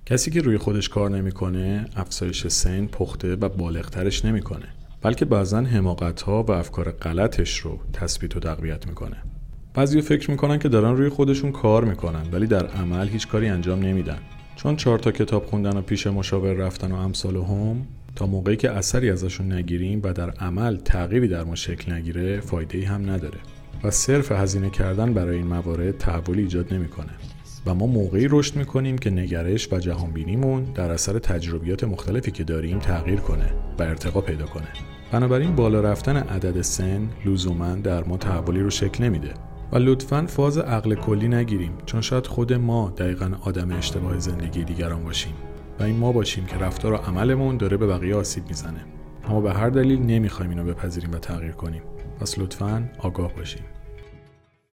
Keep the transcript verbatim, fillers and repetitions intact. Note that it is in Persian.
کسی که روی خودش کار نمیکنه، افزایش سن، پخته و بالغترش نمیکنه، بلکه بعضاً حماقت‌ها و افکار غلطش رو تثبیت و تقویت میکنه. بعضیا فکر میکنن که دارن روی خودشون کار میکنن، ولی در عمل هیچ کاری انجام نمیدن. چون چهار تا کتاب خوندن و پیش مشاور رفتن و امثال هم، تا موقعی که اثری ازشون نگیریم و در عمل تغییری در ما شکل نگیره، فایده‌ای هم نداره. و صرف هزینه کردن برای این موارد تحولی ایجاد نمیکنه. و ما موقعی رشد میکنیم که نگرش و جهانبینیمون در اثر تجربیات مختلفی که داریم تغییر کنه و ارتقا پیدا کنه. بنابراین بالا رفتن عدد سن لزوماً در ما تحولی رو شکل نمیده. و لطفاً فاز عقل کلی نگیریم، چون شاید خود ما دقیقاً آدم اشتباه زندگی دیگران باشیم و این ما باشیم که رفتار و عملمون داره به بقیه آسیب میزنه. اما به هر دلیل نمیخوایم اینو بپذیریم و تغییر کنیم. پس لطفاً آگاه باشیم.